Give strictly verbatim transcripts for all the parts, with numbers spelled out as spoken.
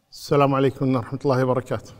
السلام عليكم ورحمة الله وبركاته.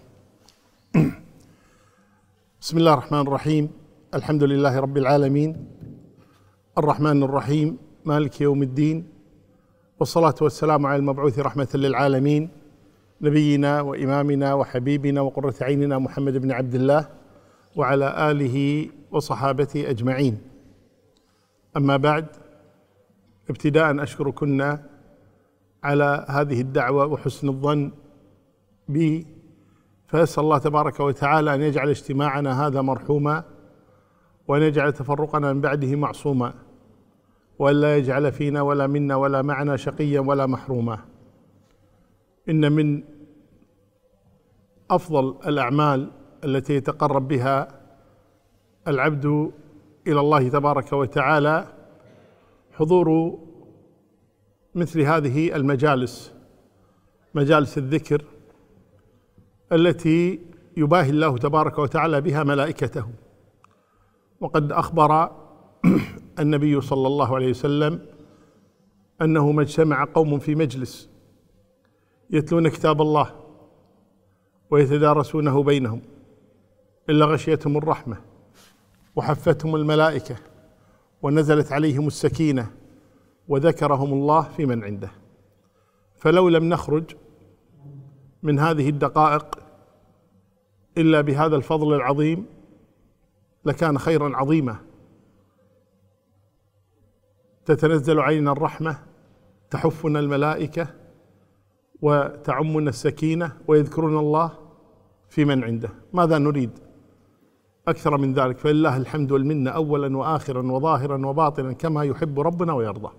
بسم الله الرحمن الرحيم. الحمد لله رب العالمين، الرحمن الرحيم، مالك يوم الدين، والصلاة والسلام على المبعوث رحمة للعالمين، نبينا وإمامنا وحبيبنا وقرة عيننا محمد بن عبد الله وعلى آله وصحابته أجمعين. أما بعد، ابتداء أشكركن على هذه الدعوة وحسن الظن بي، فأسأل الله تبارك وتعالى أن يجعل اجتماعنا هذا مرحوما، وأن يجعل تفرقنا من بعده معصوما، وأن لا يجعل فينا ولا منا ولا معنا شقيا ولا محروما. إن من أفضل الأعمال التي يتقرب بها العبد إلى الله تبارك وتعالى حضور مثل هذه المجالس، مجالس الذكر التي يباهي الله تبارك وتعالى بها ملائكته. وقد أخبر النبي صلى الله عليه وسلم أنه ما اجتمع قوم في مجلس يتلون كتاب الله ويتدارسونه بينهم إلا غشيتهم الرحمة وحفتهم الملائكة ونزلت عليهم السكينة وذكرهم الله في من عنده. فلو لم نخرج من هذه الدقائق إلا بهذا الفضل العظيم لكان خيرا عظيما. تتنزل علينا الرحمة، تحفنا الملائكة وتعمنا السكينة ويذكرون الله في من عنده. ماذا نريد أكثر من ذلك؟ فلله الحمد والمنة أولا وآخرا وظاهرا وباطنا كما يحب ربنا ويرضى.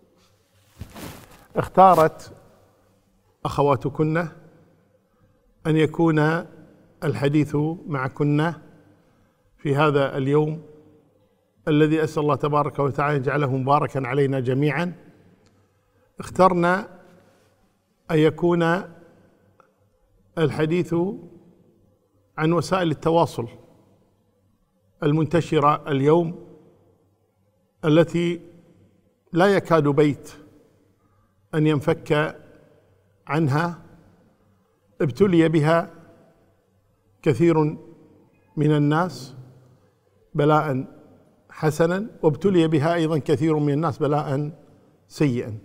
اختارت أخواتكن أن يكون الحديث معكن في هذا اليوم الذي أسأل الله تبارك وتعالى يجعله مباركا علينا جميعا. اخترنا أن يكون الحديث عن وسائل التواصل المنتشرة اليوم التي لا يكاد بيت أن ينفك عنها ابتلي بها كثير من الناس بلاء حسنا، وابتلي بها أيضا كثير من الناس بلاء سيئا.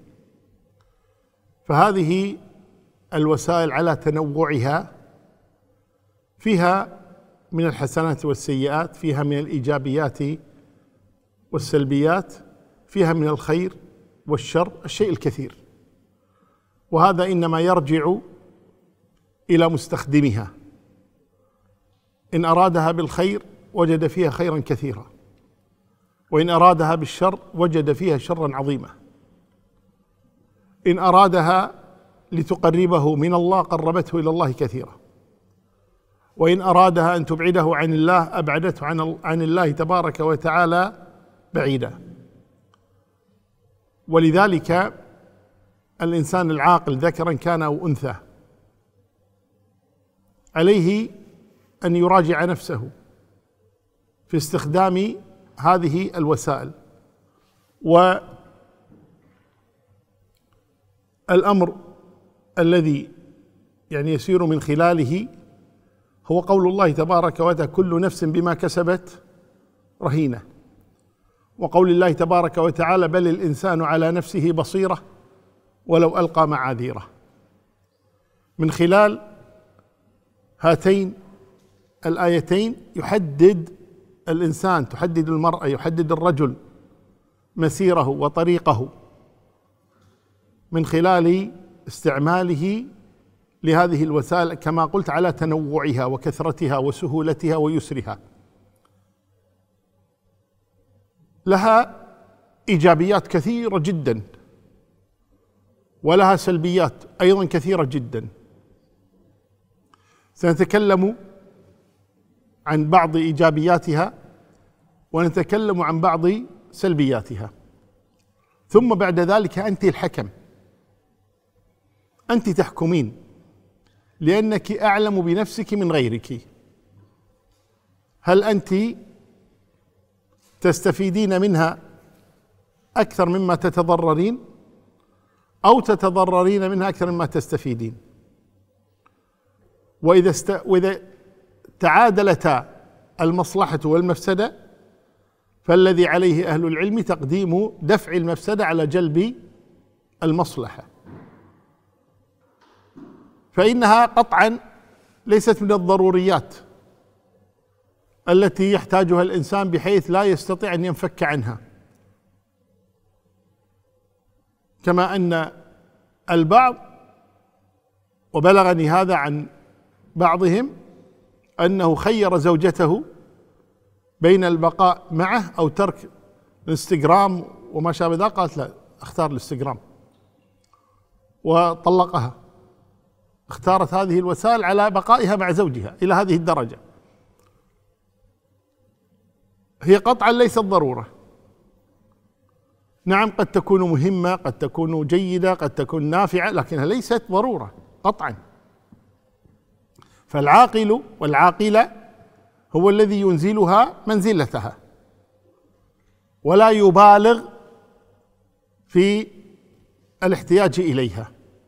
فهذه الوسائل على تنوعها فيها من الحسنات والسيئات، فيها من الإيجابيات والسلبيات، فيها من الخير والشر، الشيء الكثير. وهذا إنما يرجع إلى مستخدمها. إن أرادها بالخير وجد فيها خيرا كثيرا، وإن أرادها بالشر وجد فيها شرا عظيما. إن أرادها لتقربه من الله قربته إلى الله كثيرا، وإن أرادها أن تبعده عن الله أبعدته عن عن الله تبارك وتعالى بعيدا. ولذلك الإنسان العاقل ذكرا كان أو أنثى عليه أن يراجع نفسه في استخدام هذه الوسائل. والأمر الذي يعني يسير من خلاله هو قول الله تبارك وتعالى: كل نفس بما كسبت رهينة. وقول الله تبارك وتعالى: بل الإنسان على نفسه بصيرة ولو ألقى معاذيره. من خلال هاتين الآيتين يحدد الإنسان، تحدد المرأة، يحدد الرجل مسيره وطريقه من خلال استعماله لهذه الوسائل، كما قلت على تنوعها وكثرتها وسهولتها ويسرها. لها إيجابيات كثيرة جدا، ولها سلبيات أيضا كثيرة جدا. سنتكلم عن بعض إيجابياتها ونتكلم عن بعض سلبياتها، ثم بعد ذلك أنت الحكم، أنت تحكمين، لأنك أعلم بنفسك من غيرك. هل أنت تستفيدين منها أكثر مما تتضررين، أو تتضررين منها أكثر مما تستفيدين؟ وإذا است... وإذا تعادلتا المصلحة والمفسدة فالذي عليه أهل العلم تقديم دفع المفسدة على جلب المصلحة، فإنها قطعا ليست من الضروريات التي يحتاجها الإنسان بحيث لا يستطيع أن ينفك عنها، كما أن البعض، وبلغني هذا عن بعضهم، أنه خير زوجته بين البقاء معه أو ترك الانستغرام وما شابه ذلك، قالت لا اختار الانستغرام وطلقها، اختارت هذه الوسائل على بقائها مع زوجها إلى هذه الدرجة. هي قطعا ليست ضرورة، نعم قد تكون مهمة، قد تكون جيدة، قد تكون نافعة، لكنها ليست ضرورة قطعا. فالعاقل والعاقلة هو الذي ينزلها منزلتها ولا يبالغ في الاحتياج إليها.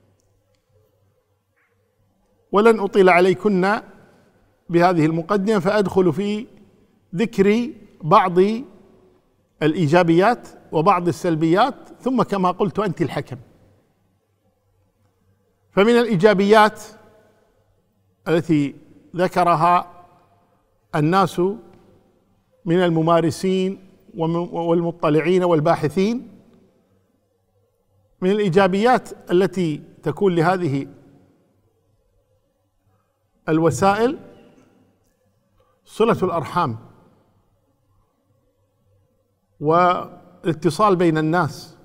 ولن أطيل عليكن بهذه المقدمة، فأدخل في ذكر بعض الإيجابيات وبعض السلبيات، ثم كما قلت أنت الحكم. فمن الإيجابيات التي ذكرها الناس من الممارسين والمطلعين والباحثين، من الإيجابيات التي تكون لهذه الوسائل صلة الأرحام والاتصال بين الناس،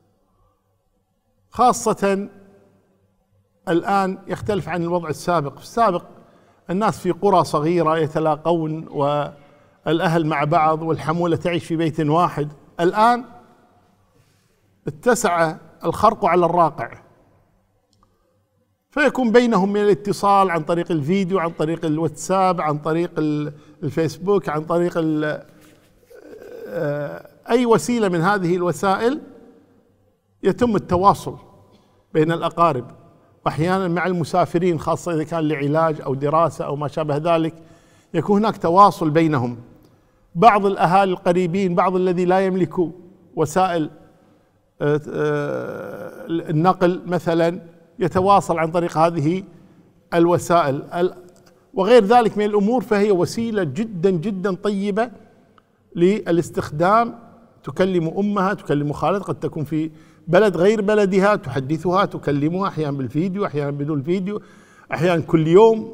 خاصة الآن يختلف عن الوضع السابق. في السابق الناس في قرى صغيرة يتلاقون والأهل مع بعض والحمولة تعيش في بيت واحد، الآن اتسع الخرق على الراقع، فيكون بينهم من الاتصال عن طريق الفيديو، عن طريق الواتساب، عن طريق الفيسبوك، عن طريق أي وسيلة من هذه الوسائل يتم التواصل بين الأقارب، وأحيانا مع المسافرين، خاصة إذا كان لعلاج أو دراسة أو ما شابه ذلك، يكون هناك تواصل بينهم. بعض الأهالي القريبين، بعض الذي لا يملك وسائل النقل مثلا، يتواصل عن طريق هذه الوسائل وغير ذلك من الأمور، فهي وسيلة جدا جدا طيبة للاستخدام. تكلم أمها، تكلم خالتها، قد تكون في بلد غير بلدها، تحدثها، تكلمها أحيانا بالفيديو، أحيانا بدون فيديو، أحيانا كل يوم،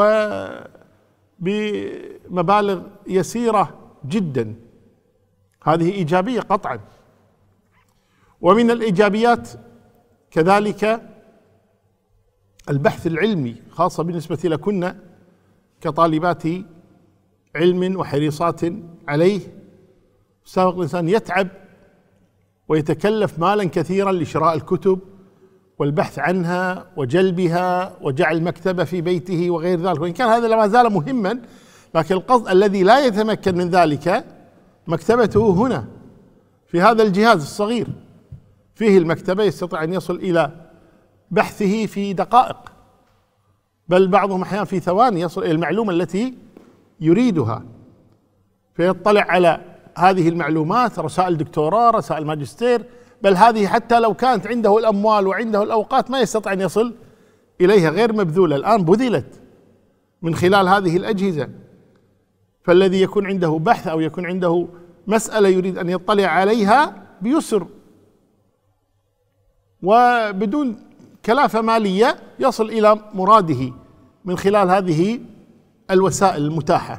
وبمبالغ يسيرة جدا. هذه إيجابية قطعا. ومن الإيجابيات كذلك البحث العلمي، خاصة بالنسبة لكن كطالبات علم وحريصات عليه. سابق الإنسان يتعب ويتكلف مالا كثيرا لشراء الكتب والبحث عنها وجلبها وجعل مكتبة في بيته وغير ذلك، وإن كان هذا لما زال مهما، لكن القصد الذي لا يتمكن من ذلك مكتبته هنا في هذا الجهاز الصغير، فيه المكتبة، يستطيع أن يصل إلى بحثه في دقائق، بل بعضهم أحيانا في ثواني يصل إلى المعلومة التي يريدها، فيطلع على هذه المعلومات، رسائل دكتوراه، رسائل ماجستير، بل هذه حتى لو كانت عنده الأموال وعنده الأوقات ما يستطيع أن يصل إليها، غير مبذولة، الآن بذلت من خلال هذه الأجهزة. فالذي يكون عنده بحث أو يكون عنده مسألة يريد أن يطلع عليها بيسر وبدون كلافة مالية يصل إلى مراده من خلال هذه الوسائل المتاحة.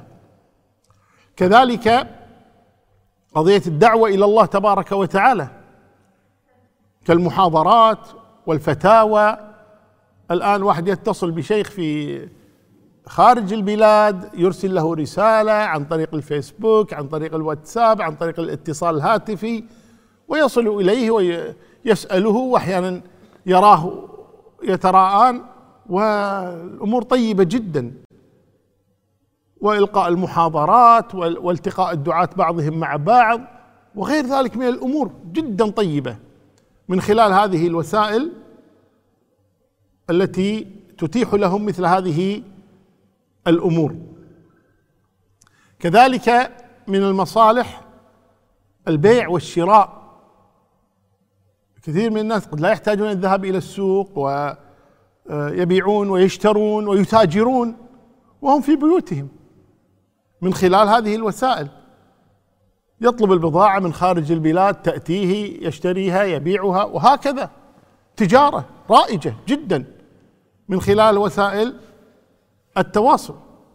كذلك قضية الدعوة إلى الله تبارك وتعالى كالمحاضرات والفتاوى. الآن واحد يتصل بشيخ في خارج البلاد، يرسل له رسالة عن طريق الفيسبوك، عن طريق الواتساب، عن طريق الاتصال الهاتفي، ويصل إليه ويسأله، وأحيانا يراه يتراءان، والأمور طيبة جدا. وإلقاء المحاضرات والتقاء الدعاة بعضهم مع بعض وغير ذلك من الأمور جدا طيبة من خلال هذه الوسائل التي تتيح لهم مثل هذه الأمور. كذلك من المصالح البيع والشراء. كثير من الناس قد لا يحتاجون الذهاب إلى السوق ويبيعون ويشترون ويتاجرون وهم في بيوتهم من خلال هذه الوسائل. يطلب البضاعة من خارج البلاد تأتيه، يشتريها، يبيعها، وهكذا تجارة رائجة جدا من خلال وسائل التواصل.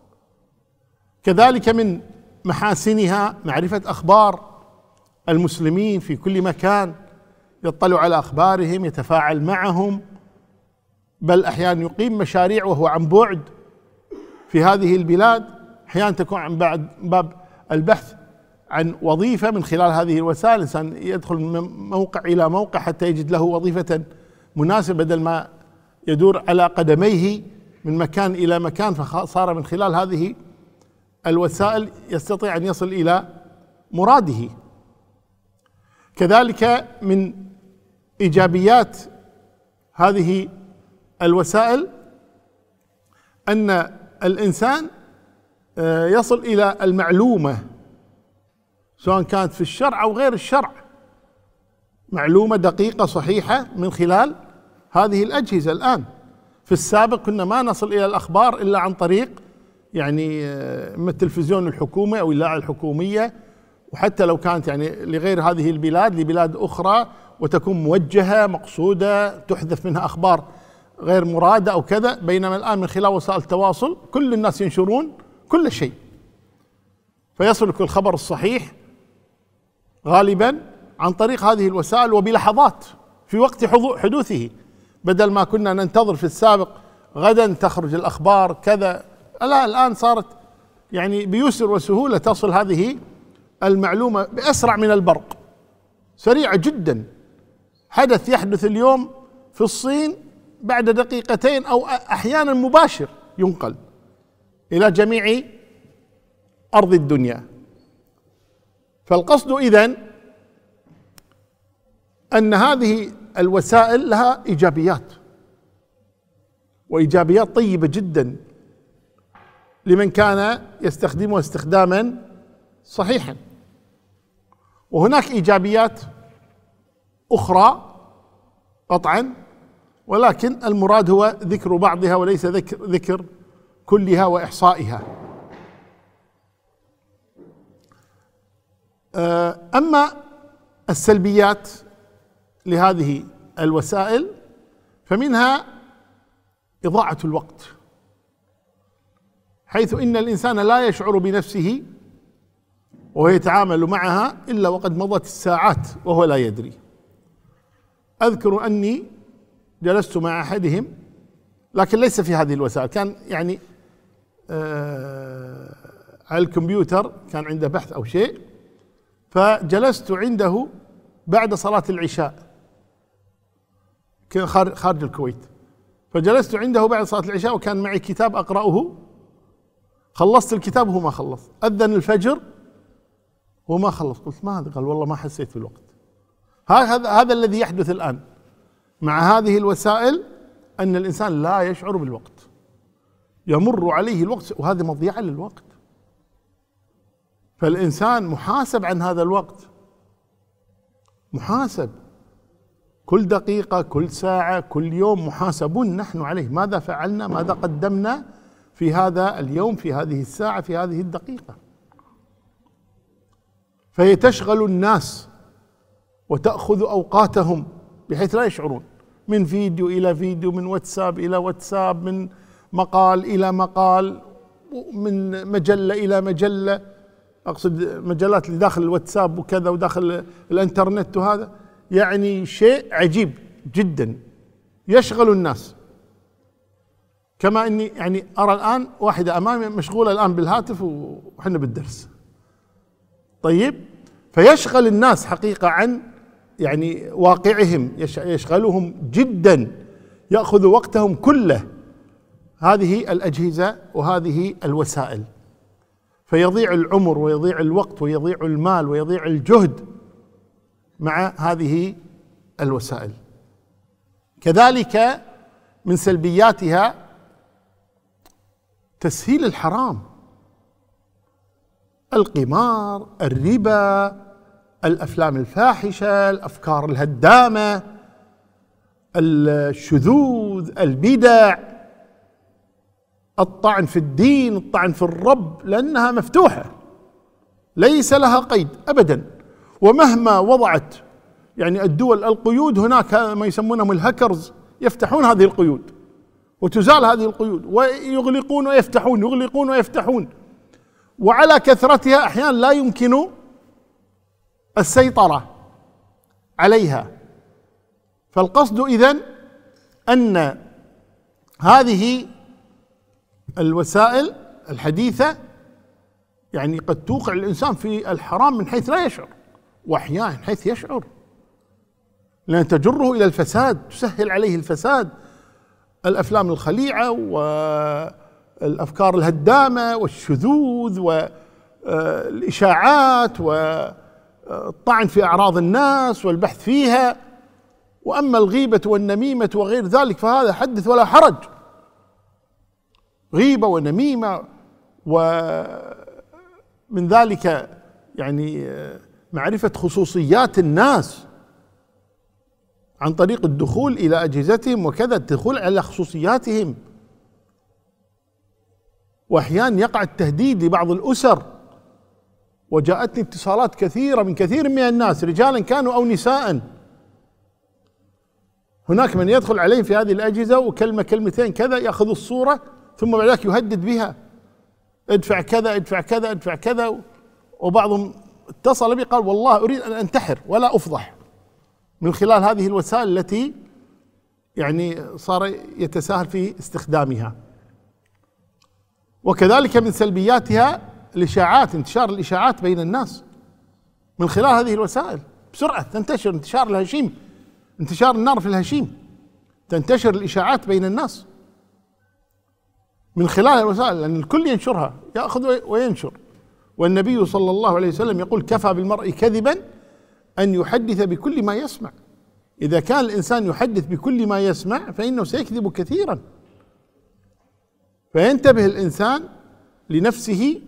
كذلك من محاسنها معرفة أخبار المسلمين في كل مكان، يطلع على أخبارهم، يتفاعل معهم، بل أحيانا يقيم مشاريع وهو عن بعد في هذه البلاد. أحيانا تكون عن بعد باب البحث عن وظيفة من خلال هذه الوسائل، الإنسان يدخل من موقع إلى موقع حتى يجد له وظيفة مناسبة بدل ما يدور على قدميه من مكان إلى مكان، فصار من خلال هذه الوسائل يستطيع أن يصل إلى مراده. كذلك من إيجابيات هذه الوسائل أن الإنسان يصل إلى المعلومة سواء كانت في الشرع أو غير الشرع، معلومة دقيقة صحيحة من خلال هذه الأجهزة. الآن في السابق كنا ما نصل إلى الأخبار إلا عن طريق يعني إما التلفزيون الحكومي أو الإذاعة الحكومية، وحتى لو كانت يعني لغير هذه البلاد لبلاد أخرى وتكون موجهة مقصودة تحذف منها أخبار غير مرادة أو كذا. بينما الآن من خلال وسائل التواصل كل الناس ينشرون كل شيء، فيصلك الخبر الصحيح غالبا عن طريق هذه الوسائل وبلحظات في وقت حدوثه، بدل ما كنا ننتظر في السابق غدا تخرج الأخبار كذا. لا، الآن صارت يعني بيسر وسهولة تصل هذه المعلومة بأسرع من البرق، سريعة جدا. حدث يحدث اليوم في الصين بعد دقيقتين أو أحيانا مباشر ينقل إلى جميع أرض الدنيا. فالقصد إذن أن هذه الوسائل لها إيجابيات، وإيجابيات طيبة جدا لمن كان يستخدمها استخداما صحيحا. وهناك إيجابيات أخرى قطعا، ولكن المراد هو ذكر بعضها وليس ذكر, ذكر كلها وإحصائها. أما السلبيات لهذه الوسائل فمنها إضاعة الوقت، حيث إن الإنسان لا يشعر بنفسه وهو يتعامل معها إلا وقد مضت الساعات وهو لا يدري. أذكر أني جلست مع أحدهم لكن ليس في هذه الوسائل، كان يعني آه على الكمبيوتر، كان عنده بحث أو شيء، فجلست عنده بعد صلاة العشاء، كان خارج الكويت، فجلست عنده بعد صلاة العشاء وكان معي كتاب أقرأه. خلصت الكتاب وهو ما خلص، أذن الفجر وما خلص. قلت ما هذا؟ قال والله ما حسيت بالوقت. هذا هذا الذي يحدث الآن مع هذه الوسائل، أن الإنسان لا يشعر بالوقت، يمر عليه الوقت، وهذه مضيعة للوقت. فالإنسان محاسب عن هذا الوقت، محاسب كل دقيقة، كل ساعة، كل يوم محاسبون نحن عليه، ماذا فعلنا، ماذا قدمنا في هذا اليوم، في هذه الساعة، في هذه الدقيقة. فهي تشغل الناس وتأخذ أوقاتهم بحيث لا يشعرون، من فيديو إلى فيديو، من واتساب إلى واتساب، من مقال إلى مقال، من مجلة إلى مجلة، أقصد مجلات اللي داخل الواتساب وكذا وداخل الانترنت، وهذا يعني شيء عجيب جدا يشغل الناس. كما أني يعني أرى الآن واحدة أمامي مشغولة الآن بالهاتف وحنا بالدرس. طيب، فيشغل الناس حقيقة عن يعني واقعهم، يشغلهم جدا، يأخذ وقتهم كله هذه الأجهزة وهذه الوسائل، فيضيع العمر ويضيع الوقت ويضيع المال ويضيع الجهد مع هذه الوسائل. كذلك من سلبياتها تسهيل الحرام، القمار، الربا، الأفلام الفاحشة، الأفكار الهدامة، الشذوذ، البدع، الطعن في الدين، الطعن في الرب، لأنها مفتوحة ليس لها قيد أبدا. ومهما وضعت يعني الدول القيود، هناك ما يسمونهم الهكرز يفتحون هذه القيود وتزال هذه القيود، ويغلقون ويفتحون، يغلقون ويفتحون، وعلى كثرتها أحيانا لا يمكن السيطرة عليها. فالقصد إذن أن هذه الوسائل الحديثة يعني قد توقع الإنسان في الحرام من حيث لا يشعر، وأحيانا من حيث يشعر، لأن تجره إلى الفساد، تسهل عليه الفساد. الأفلام الخليعة والأفكار الهدامة والشذوذ والإشاعات والطعن في أعراض الناس والبحث فيها. وأما الغيبة والنميمة وغير ذلك فهذا حدث ولا حرج، غيبة ونميمة. ومن ذلك يعني معرفة خصوصيات الناس عن طريق الدخول إلى أجهزتهم وكذا، الدخول على خصوصياتهم. وأحيانا يقع التهديد لبعض الأسر، وجاءتني اتصالات كثيرة من كثير من الناس رجالا كانوا أو نساء، هناك من يدخل عليهم في هذه الأجهزة وكلمة كلمتين كذا يأخذ الصورة ثم بعد ذلك يهدد بها، ادفع كذا ادفع كذا ادفع كذا. وبعضهم اتصل بي قال والله أريد أن أنتحر ولا أفضح، من خلال هذه الوسائل التي يعني صار يتساهل في استخدامها. وكذلك من سلبياتها الإشاعات، انتشار الإشاعات بين الناس من خلال هذه الوسائل بسرعة تنتشر، انتشار الهشيم، انتشار النار في الهشيم، تنتشر الإشاعات بين الناس من خلال الوسائل، لأن الكل ينشرها، يأخذ وينشر. والنبي صلى الله عليه وسلم يقول كفى بالمرء كذبا أن يحدث بكل ما يسمع. إذا كان الإنسان يحدث بكل ما يسمع فإنه سيكذب كثيرا. فينتبه الإنسان لنفسه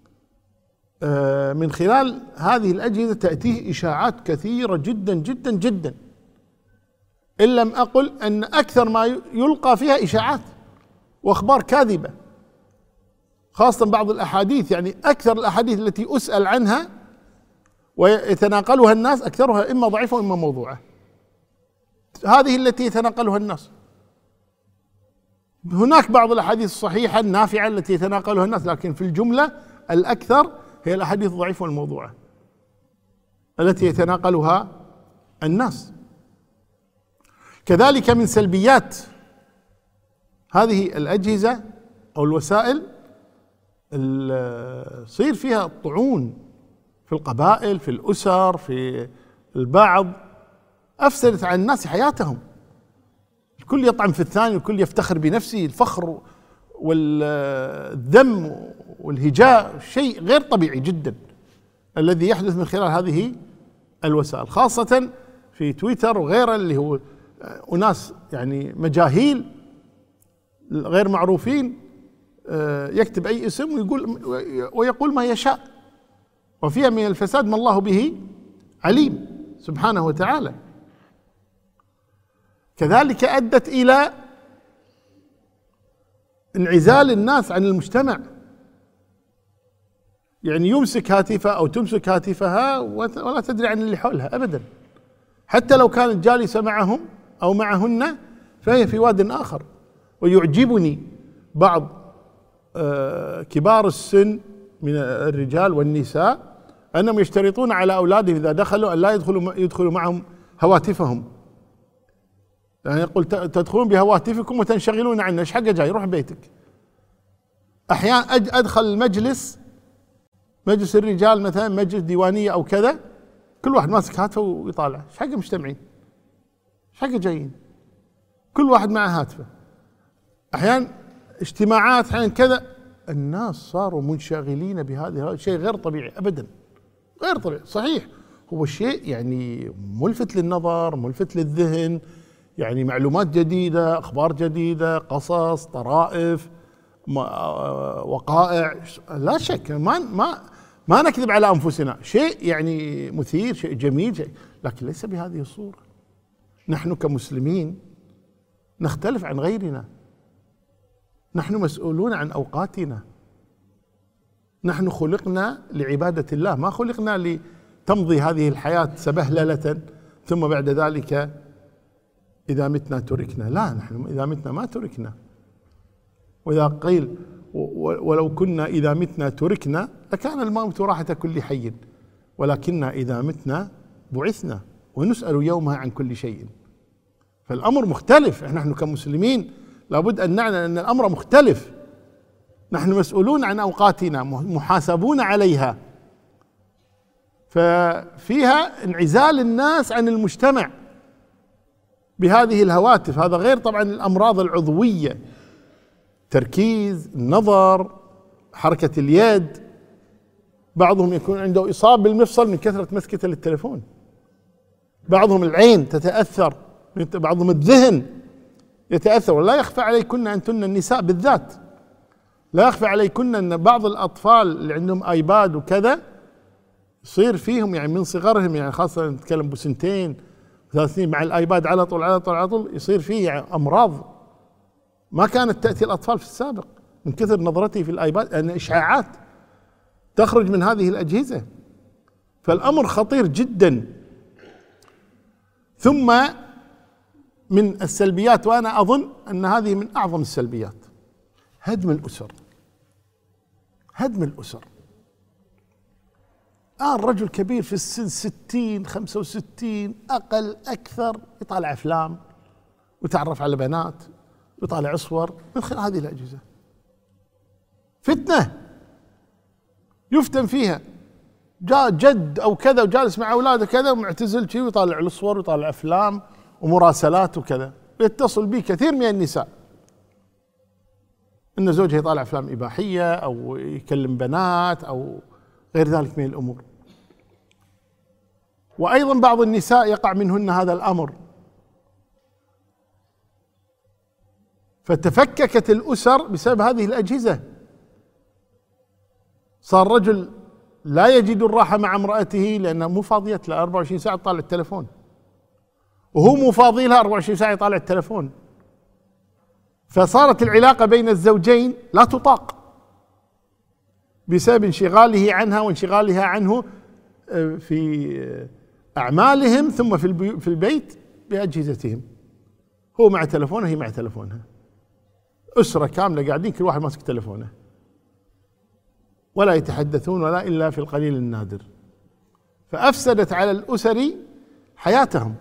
من خلال هذه الأجهزة، تأتيه إشاعات كثيرة جدا جدا جدا، إن لم أقل أن أكثر ما يلقى فيها إشاعات وأخبار كاذبة، خاصة بعض الأحاديث. يعني أكثر الأحاديث التي أسأل عنها ويتناقلها الناس أكثرها إما ضعيفة وإما موضوعة، هذه التي يتناقلها الناس. هناك بعض الأحاديث الصحيحة النافعة التي يتناقلها الناس، لكن في الجملة الأكثر هي الأحاديث الضعيفة والموضوعة التي يتناقلها الناس. كذلك من سلبيات هذه الأجهزة أو الوسائل يصير فيها الطعون في القبائل، في الأسر، في البعض، أفسدت على الناس حياتهم. الكل يطعن في الثاني، الكل يفتخر بنفسه، الفخر والذم والهجاء شيء غير طبيعي جدا الذي يحدث من خلال هذه الوسائل، خاصة في تويتر وغيره، اللي هو أناس يعني مجاهيل غير معروفين يكتب أي اسم ويقول ويقول ما يشاء، وفيها من الفساد ما الله به عليم سبحانه وتعالى. كذلك أدت إلى انعزال الناس عن المجتمع، يعني يمسك هاتفه أو تمسك هاتفها ولا تدري عن اللي حولها أبدا، حتى لو كانت جالسة معهم أو معهن فهي في واد آخر. ويعجبني بعض كبار السن من الرجال والنساء أنهم يشترطون على أولادهم إذا دخلوا أن لا يدخلوا يدخلوا معهم هواتفهم، يعني يقول تدخلون بهواتفكم وتنشغلون عنه، ايش حقه جاي، روح بيتك. أحيانا أدخل المجلس، مجلس الرجال مثلا مجلس ديوانية أو كذا، كل واحد ماسك هاتفه ويطالع، ايش حقه مجتمعين، ايش حقه جايين، كل واحد معه هاتفه. أحيانا اجتماعات، أحيانا كذا، الناس صاروا منشغلين بهذا، هذا شيء غير طبيعي أبدا، غير طبيعي. صحيح هو شيء يعني ملفت للنظر، ملفت للذهن، يعني معلومات جديدة، أخبار جديدة، قصص، طرائف، وقائع، لا شك، ما ما ما نكذب على أنفسنا، شيء يعني مثير، شيء جميل، شيء، لكن ليس بهذه الصورة. نحن كمسلمين نختلف عن غيرنا، نحن مسؤولون عن أوقاتنا، نحن خلقنا لعبادة الله، ما خلقنا لتمضي هذه الحياة سبهللة ثم بعد ذلك إذا متنا تركنا. لا، نحن إذا متنا ما تركنا. وإذا قيل ولو كنا إذا متنا تركنا لكان الموت راحة كل حي، ولكننا إذا متنا بعثنا ونسأل يومها عن كل شيء. فالأمر مختلف. نحن كمسلمين لابد أن نعلم أن الأمر مختلف. نحن مسؤولون عن أوقاتنا، محاسبون عليها، ففيها انعزال الناس عن المجتمع بهذه الهواتف. هذا غير طبعا الأمراض العضوية، تركيز النظر، حركة اليد، بعضهم يكون عنده إصابة بالمفصل من كثرة مسكته للتليفون، بعضهم العين تتأثر، بعضهم الذهن يتأثر. ولا يخفى عليكن أنتن النساء بالذات، لا يخفى عليكن أن بعض الأطفال اللي عندهم آيباد وكذا يصير فيهم يعني من صغرهم، يعني خاصة نتكلم بسنتين ثلاث سنين مع الآيباد على طول على طول على طول يصير فيه يعني أمراض ما كانت تأتي الأطفال في السابق من كثر نظرته في الآيباد، لأن إشعاعات تخرج من هذه الأجهزة. فالأمر خطير جدا. ثم من السلبيات، وأنا أظن أن هذه من أعظم السلبيات، هدم الأسر. هدم الأسر. آه الرجل كبير في السن، ستين خمسة وستين أقل أكثر، يطالع أفلام ويتعرف على بنات ويطالع صور من خلال هذه الأجهزة. فتنة يفتن فيها. جاء جد أو كذا وجالس مع أولاده كذا ومعتزل شيء ويطالع الصور ويطالع أفلام ومراسلات وكذا. يتصل به كثير من النساء أن زوجها يطالع أفلام إباحية أو يكلم بنات أو غير ذلك من الأمور. وأيضا بعض النساء يقع منهن هذا الأمر، فتفككت الأسر بسبب هذه الأجهزة. صار رجل لا يجد الراحة مع امرأته لأنها مو فاضية له أربعة وعشرين ساعة تطالع التلفون، وهو مو فاضي لها أربعة وعشرين ساعة يطالع التلفون. فصارت العلاقة بين الزوجين لا تطاق بسبب انشغاله عنها وانشغالها عنه في أعمالهم، ثم في في البيت بأجهزتهم. هو مع تلفونه، هي مع تلفونها، أسرة كاملة قاعدين كل واحد ماسك تلفونه، ولا يتحدثون ولا إلا في القليل النادر. فأفسدت على الأسر حياتهم.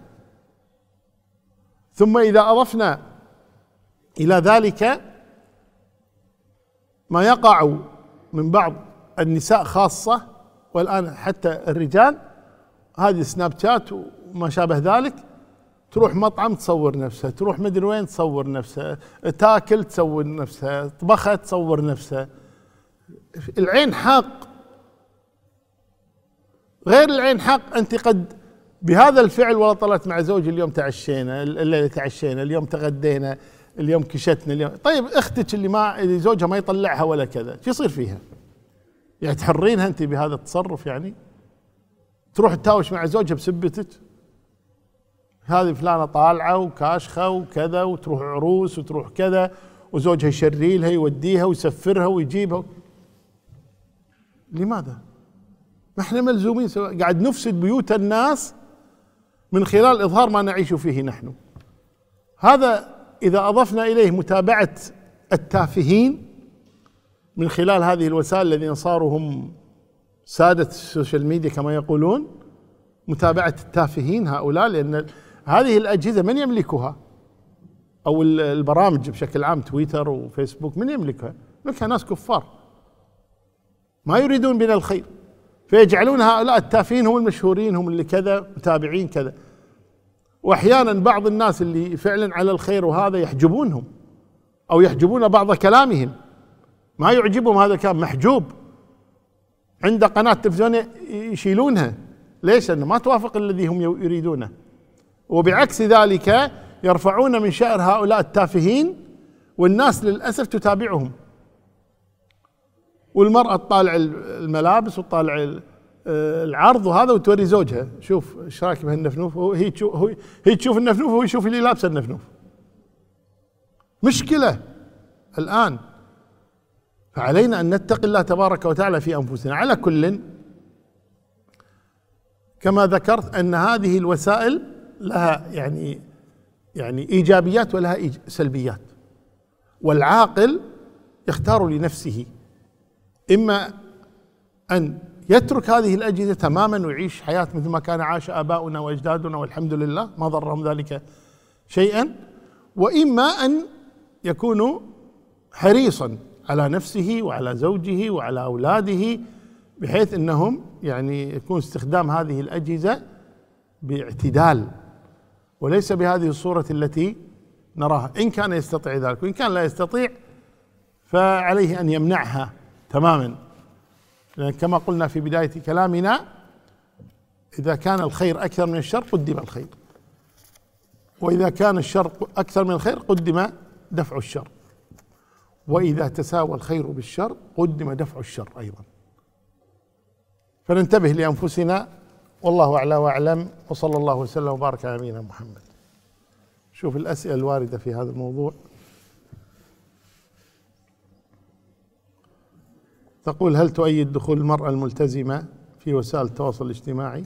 ثم إذا أضفنا إلى ذلك ما يقع من بعض النساء خاصة، والآن حتى الرجال، هذه سناب شات وما شابه ذلك، تروح مطعم تصور نفسها، تروح مدري وين تصور نفسها، تاكل تصور نفسها، طبخت تصور نفسها. العين حق. غير العين حق، أنت قد بهذا الفعل والله طلعت مع زوجي اليوم تعشينا، الليلة تعشينا، اليوم تغدينا، اليوم كشتنا اليوم. طيب اختك اللي ما اللي زوجها ما يطلعها ولا كذا، شو يصير فيها؟ يعني تحرينها انت بهذا التصرف؟ يعني تروح تتاوش مع زوجها بسبتك، هذه فلانه طالعه وكاشخه وكذا، وتروح عروس وتروح كذا، وزوجها يشري لها يوديها ويسفرها ويجيبها. لماذا؟ ما احنا ملزومين سواء قاعد نفسد بيوت الناس من خلال اظهار ما نعيش فيه نحن. هذا إذا أضفنا إليه متابعة التافهين من خلال هذه الوسائل الذين صاروا هم سادة السوشيال ميديا كما يقولون، متابعة التافهين هؤلاء، لأن هذه الأجهزة من يملكها؟ أو البرامج بشكل عام، تويتر وفيسبوك، من يملكها؟ يملكها ناس كفار ما يريدون بنا الخير، فيجعلون هؤلاء التافهين هم المشهورين، هم اللي كذا متابعين كذا. واحيانا بعض الناس اللي فعلا على الخير وهذا يحجبونهم او يحجبون بعض كلامهم، ما يعجبهم هذا الكلام، محجوب، عنده قناة تلفزيونية يشيلونها. ليش؟ لأنه ما توافق الذي هم يريدونه. وبعكس ذلك يرفعون من شأن هؤلاء التافهين، والناس للأسف تتابعهم والمرأة تطالع الملابس وتطالع العرض وهذا وتوري زوجها شوف ايش رايك بهالنفنوف، هي تشوف هي تشوف النفنوف وهو يشوف اللي لابسه النفنوف. مشكلة الآن. فعلينا أن نتقي الله تبارك وتعالى في أنفسنا. على كل، كما ذكرت أن هذه الوسائل لها يعني يعني إيجابيات ولها سلبيات، والعاقل يختار لنفسه إما أن يترك هذه الأجهزة تماما ويعيش حياة مثل ما كان عاش آباؤنا وأجدادنا والحمد لله ما ضرهم ذلك شيئا، وإما أن يكون حريصا على نفسه وعلى زوجه وعلى أولاده بحيث أنهم يعني يكون استخدام هذه الأجهزة باعتدال وليس بهذه الصورة التي نراها، إن كان يستطيع ذلك. وإن كان لا يستطيع فعليه أن يمنعها تماما، لأن كما قلنا في بداية كلامنا إذا كان الخير أكثر من الشر قدم الخير، وإذا كان الشر أكثر من الخير قدم دفع الشر، وإذا تساوى الخير بالشر قدم دفع الشر أيضا. فننتبه لأنفسنا، والله أعلى وأعلم، وصلى الله وسلم وبارك على نبينا محمد. شوف الأسئلة الواردة في هذا الموضوع. تقول: هل تؤيد دخول المرأة الملتزمة في وسائل التواصل الاجتماعي؟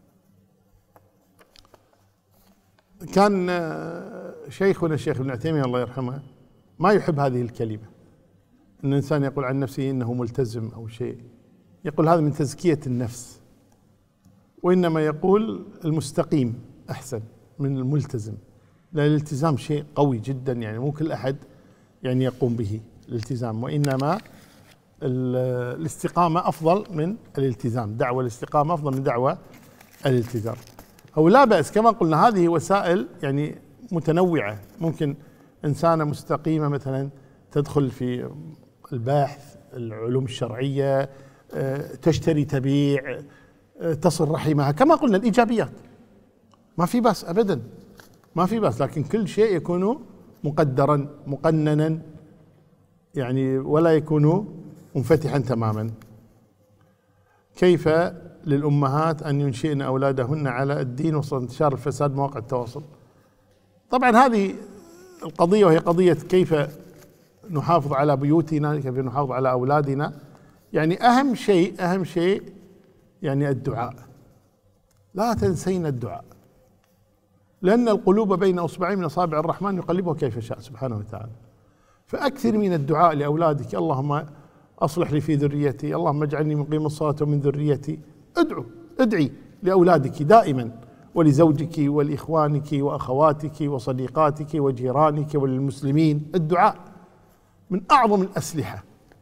كان شيخنا الشيخ ابن عثيمين الله يرحمه ما يحب هذه الكلمة، أن الإنسان يقول عن نفسه إنه ملتزم أو شيء، يقول هذا من تزكية النفس، وإنما يقول المستقيم أحسن من الملتزم، لأن الالتزام شيء قوي جدا، يعني مو كل أحد يعني يقوم به الالتزام، وإنما الاستقامة أفضل من الالتزام، دعوة الاستقامة أفضل من دعوة الالتزام. أو لا بأس كما قلنا هذه وسائل يعني متنوعة، ممكن إنسانة مستقيمة مثلا تدخل في البحث العلوم الشرعية، تشتري تبيع، تصل رحمها، كما قلنا الإيجابيات ما في بأس أبدا، ما في بأس، لكن كل شيء يكون مقدرا مقننا يعني ولا يكون منفتحا تماما. كيف للأمهات أن ينشئن أولادهن على الدين وسط انتشار الفساد مواقع التواصل؟ طبعا هذه القضية وهي قضية كيف نحافظ على بيوتنا، كيف نحافظ على أولادنا. يعني أهم شيء أهم شيء يعني الدعاء، لا تنسين الدعاء، لأن القلوب بين أصبعين من أصابع الرحمن يقلبها كيف شاء سبحانه وتعالى. فأكثر من الدعاء لأولادك، اللهم أصلح لي في ذريتي، اللهم اجعلني مقيم الصلاة ومن ذريتي. ادعو ادعي لأولادك دائما، ولزوجك ولإخوانك وأخواتك وصديقاتك وجيرانك وللمسلمين. الدعاء من أعظم الأسلحة.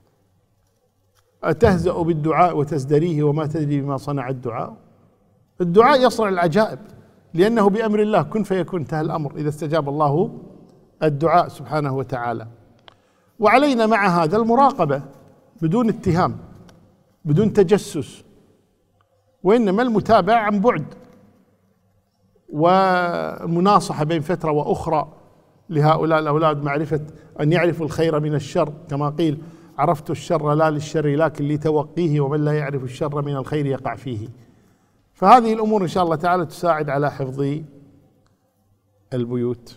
أتهزأ بالدعاء وتزدريه وما تدري بما صنع الدعاء. الدعاء يصنع العجائب، لأنه بأمر الله كن فيكون، انتهى الأمر إذا استجاب الله الدعاء سبحانه وتعالى. وعلينا مع هذا المراقبة بدون اتهام، بدون تجسس، وإنما المتابعة عن بعد، والمناصحة بين فترة وأخرى لهؤلاء الأولاد، معرفة أن يعرفوا الخير من الشر، كما قيل: عرفت الشر لا للشر لكن لتوقيه، ومن لا يعرف الشر من الخير يقع فيه. فهذه الأمور إن شاء الله تعالى تساعد على حفظ البيوت.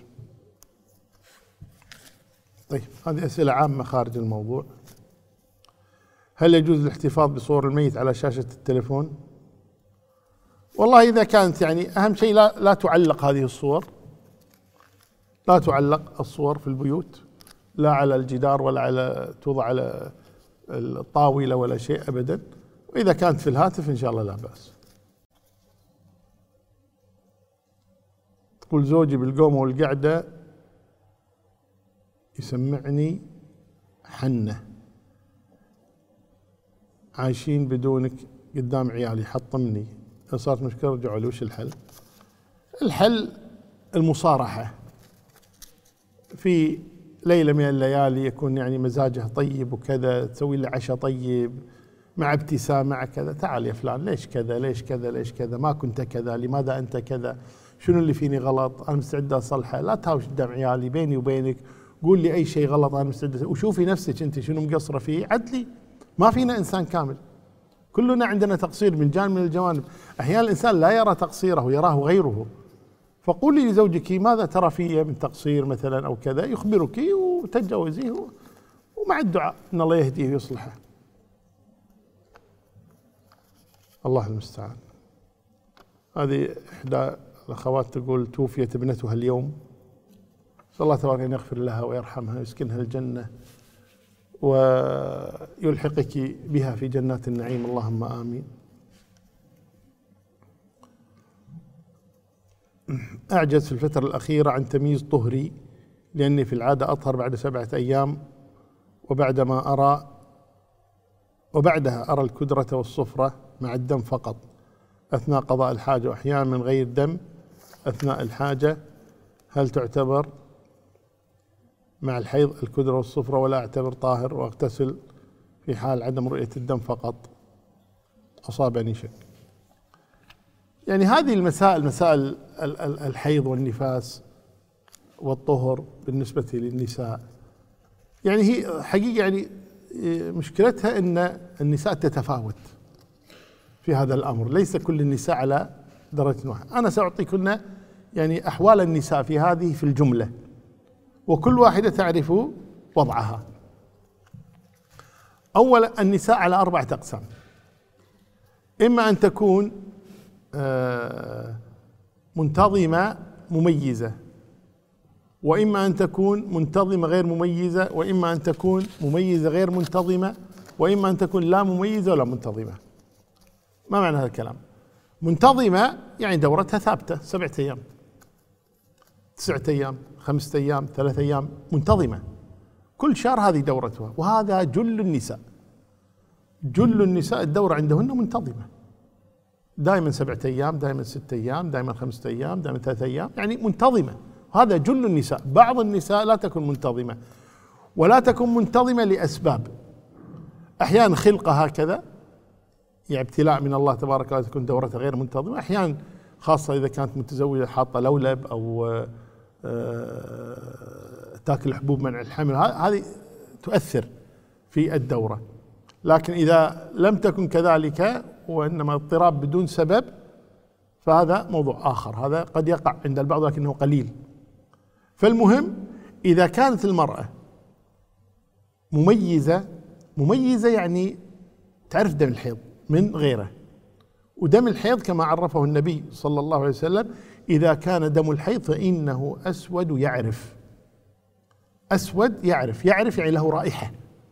طيب، هذه أسئلة عامة خارج الموضوع. هل يجوز الاحتفاظ بصور الميت على شاشة التليفون؟ والله إذا كانت يعني أهم شيء لا, لا تعلق هذه الصور، لا تعلق الصور في البيوت، لا على الجدار ولا على توضع على الطاولة ولا شيء أبدا. وإذا كانت في الهاتف إن شاء الله لا بأس. تقول: زوجي بالقومة والقعدة يسمعني حنة، عايشين بدونك قدام عيالي، حطمني، إذا صارت مشكلة رجعوا لي. وش الحل؟ الحل المصارحة. في ليلة من الليالي يكون يعني مزاجه طيب وكذا، تسوي له عشاء طيب مع ابتسامة مع كذا، تعال يا فلان ليش كذا ليش كذا ليش كذا، ما كنت كذا، لماذا أنت كذا، شنو اللي فيني غلط، أنا مستعد أصلحه، لا تهاوش قدام عيالي، بيني وبينك قول لي أي شيء غلط أنا مستعد، وشوفي نفسك أنت شنو مقصرة فيه، عدلي ما فينا إنسان كامل، كلنا عندنا تقصير من جانب من الجوانب. أحيانا الإنسان لا يرى تقصيره، يراه غيره. فقولي لزوجك ماذا ترى في من تقصير مثلا أو كذا، يخبرك وتتجاوزيه، ومع الدعاء أن الله يهديه ويصلحه. الله المستعان. هذه إحدى الأخوات تقول توفيت ابنتها اليوم، نسأل الله تبارك أن يغفر لها ويرحمها ويسكنها الجنة ويلحقك بها في جنات النعيم، اللهم آمين. أعجز في الفترة الأخيرة عن تمييز طهري، لأني في العادة أطهر بعد سبعة أيام، وبعدما أرى وبعدها أرى الكدرة والصفرة مع الدم فقط أثناء قضاء الحاجة، وأحيانا من غير دم أثناء الحاجة. هل تعتبر مع الحيض الكدرة والصفرة ولا أعتبر طاهر وأغتسل في حال عدم رؤية الدم فقط؟ أصابني شك. يعني هذه المسائل، مسائل الحيض والنفاس والطهر بالنسبة للنساء، يعني هي حقيقة يعني مشكلتها أن النساء تتفاوت في هذا الأمر، ليس كل النساء على درجة واحدة. أنا سأعطيكن يعني أحوال النساء في هذه في الجملة، وكل واحدة تعرف وضعها. أولا، النساء على أربعة أقسام: إما أن تكون منتظمة مميزة، وإما أن تكون منتظمة غير مميزة، وإما أن تكون مميزة غير منتظمة، وإما أن تكون لا مميزة ولا منتظمة. ما معنى هذا الكلام؟ منتظمة يعني دورتها ثابتة سبعة أيام، تسعة أيام، خمسة أيام، ثلاثة أيام، منتظمة كل شهر هذه دورتها. وهذا جل النساء، جل النساء الدورة عندهن منتظمة، دائما سبعة أيام، دائما ستة أيام، دائما خمسة أيام، دائما ثلاثة أيام، يعني منتظمة. هذا جل النساء. بعض النساء لا تكون منتظمة، ولا تكون منتظمة لأسباب. أحيانا خلقة هكذا، يعني ابتلاء من الله تبارك وتعالى، تكون دورتها غير منتظمة. أحيانا خاصة إذا كانت متزوجة حاطة لولب أو تاكل حبوب منع الحمل، هذه تؤثر في الدورة. لكن إذا لم تكن كذلك وإنما اضطراب بدون سبب، فهذا موضوع آخر، هذا قد يقع عند البعض لكنه قليل. فالمهم إذا كانت المرأة مميزة، مميزة يعني تعرف دم الحيض من غيره. ودم الحيض كما عرفه النبي صلى الله عليه وسلم: إذا كان دم الحيض فإنه أسود يعرف. أسود يعرف، يعرف يعني له رائحة،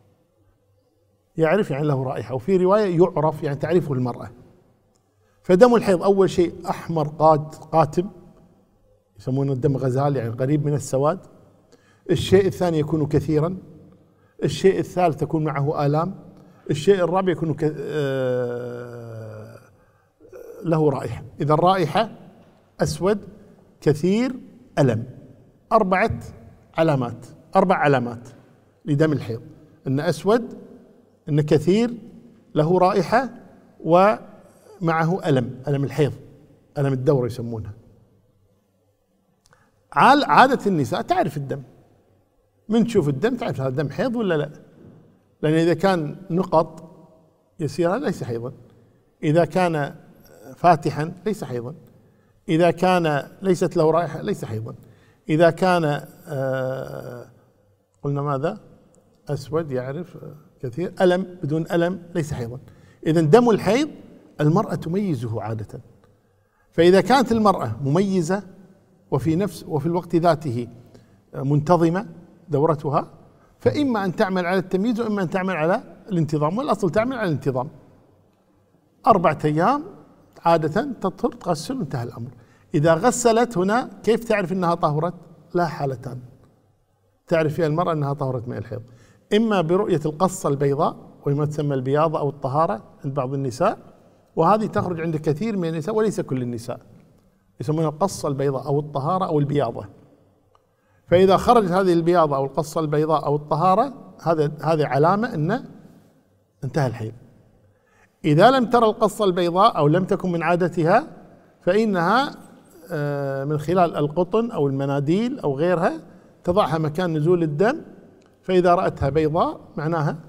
يعرف يعني له رائحة، وفي رواية يعرف يعني تعرفه المرأة. فدم الحيض أول شيء أحمر قات قاتم، يسمونه الدم غزال، يعني قريب من السواد. الشيء الثاني يكون كثيرا. الشيء الثالث تكون معه آلام. الشيء الرابع يكون ك... آه... له رائحة. إذا الرائحة أسود كثير ألم. أربعة علامات، أربع علامات لدم الحيض: إن أسود، إن كثير، له رائحة، ومعه ألم، ألم الحيض، ألم الدورة يسمونها. عادة النساء تعرف الدم، من تشوف الدم تعرف هذا دم حيض ولا لا، لأن إذا كان نقط يسيرة ليس حيضا، إذا كان فاتحا ليس حيضا، إذا كان ليست له رائحة ليس حيضا، إذا كان آه قلنا ماذا؟ أسود يعرف كثير، ألم بدون ألم ليس حيضا. إذا دم الحيض المرأة تميزه عادة. فإذا كانت المرأة مميزة وفي نفس وفي الوقت ذاته منتظمة دورتها، فإما أن تعمل على التمييز وإما أن تعمل على الانتظام، والأصل تعمل على الانتظام. أربعة أيام عادة تطهر، تغسل، وانتهى الأمر. إذا غسلت هنا كيف تعرف أنها طهرت؟ لا حالتان تعرف فيها المرأة أنها طهرت من الحيض: إما برؤية القصة البيضاء وهي ما تسمى البياضة أو الطهارة عند بعض النساء، وهذه تخرج عند كثير من النساء وليس كل النساء، يسمونها القصة البيضاء أو الطهارة أو البياضة. فإذا خرجت هذه البياضة أو القصة البيضاء أو الطهارة، هذا هذه علامة أن انتهى الحيض. إذا لم ترى القصة البيضاء أو لم تكن من عادتها، فإنها من خلال القطن أو المناديل أو غيرها تضعها مكان نزول الدم، فإذا رأتها بيضاء معناها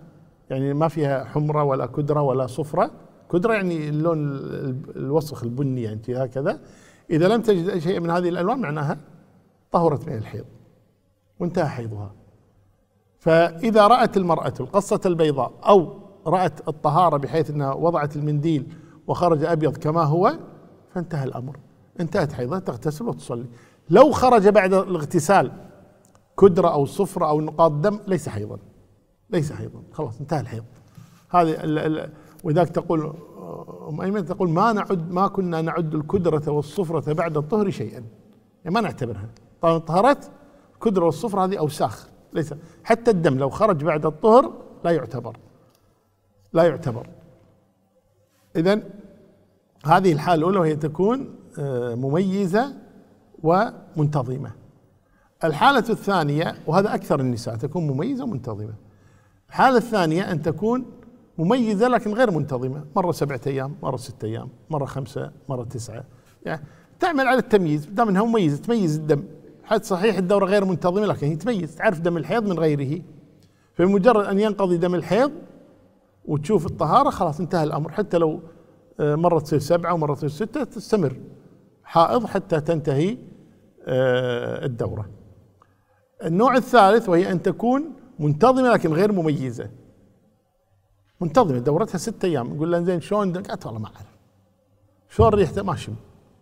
يعني ما فيها حمرة ولا كدرة ولا صفرة. كدرة يعني اللون الوسخ البني يعني هكذا. إذا لم تجد شيء من هذه الألوان معناها طهرت من الحيض وانتهى حيضها. فإذا رأت المرأة القصة البيضاء أو رأت الطهارة بحيث أنها وضعت المنديل وخرج أبيض كما هو فانتهى الأمر، انتهت حيضها، تغتسل وتصلي. لو خرج بعد الاغتسال كدرة أو صفرة أو نقاط دم ليس حيضا، ليس حيضا، خلاص انتهى الحيض. هذه وذاك تقول أم أيمن تقول ما نعد ما كنا نعد الكدرة والصفرة بعد الطهر شيئا، يعني ما نعتبرها. طالما طهرت الكدرة والصفرة هذه أوساخ، ليس حتى الدم لو خرج بعد الطهر لا يعتبر، لا يعتبر. إذن هذه الحالة الأولى وهي تكون مميزة ومنتظمة. الحالة الثانية وهذا أكثر النساء تكون مميزة ومنتظمة. الحالة الثانية أن تكون مميزة لكن غير منتظمة، مرة سبعة أيام، مرة ستة أيام، مرة خمسة، مرة تسعة، يعني تعمل على التمييز، دام أنها مميزة تميز الدم. حتى صحيح الدورة غير منتظمة لكن هي تميز، تعرف دم الحيض من غيره. فبمجرد أن ينقضي دم الحيض وتشوف الطهارة خلاص انتهى الأمر. حتى لو مرة تصير سبعة ومرة تصير ستة تستمر حائض حتى تنتهي الدورة. النوع الثالث وهي أن تكون منتظمة لكن غير مميزة. منتظمة دورتها ستة أيام، نقول لها زين شلون؟ قالت والله ما أعرف شلون ريحته ما شم.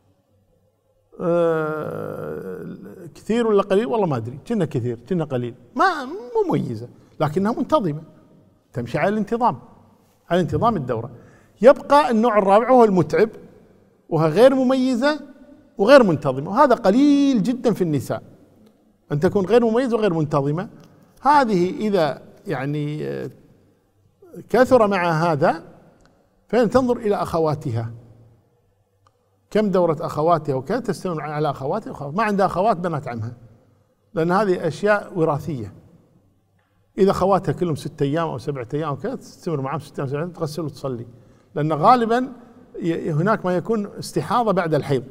أه كثير ولا قليل؟ والله ما أدري، كنا كثير كنا قليل، ما مو مميزة لكنها منتظمة تمشي على الانتظام، على انتظام الدورة. يبقى النوع الرابع وهو المتعب، وهي غير مميزة وغير منتظمة، وهذا قليل جدا في النساء أن تكون غير مميزة وغير منتظمة. هذه إذا يعني كثر مع هذا فإن تنظر إلى أخواتها كم دورة أخواتها وكذا، تستمر على أخواتها وخلاص. ما عندها أخوات بنات عمها، لأن هذه أشياء وراثية. إذا أخواتها كلهم ستة أيام أو سبعة أيام وكذا تستمر معهم ستة أيام سبعة أيام، تغسل وتصلي، لأن غالبا هناك ما يكون استحاضة بعد الحيض،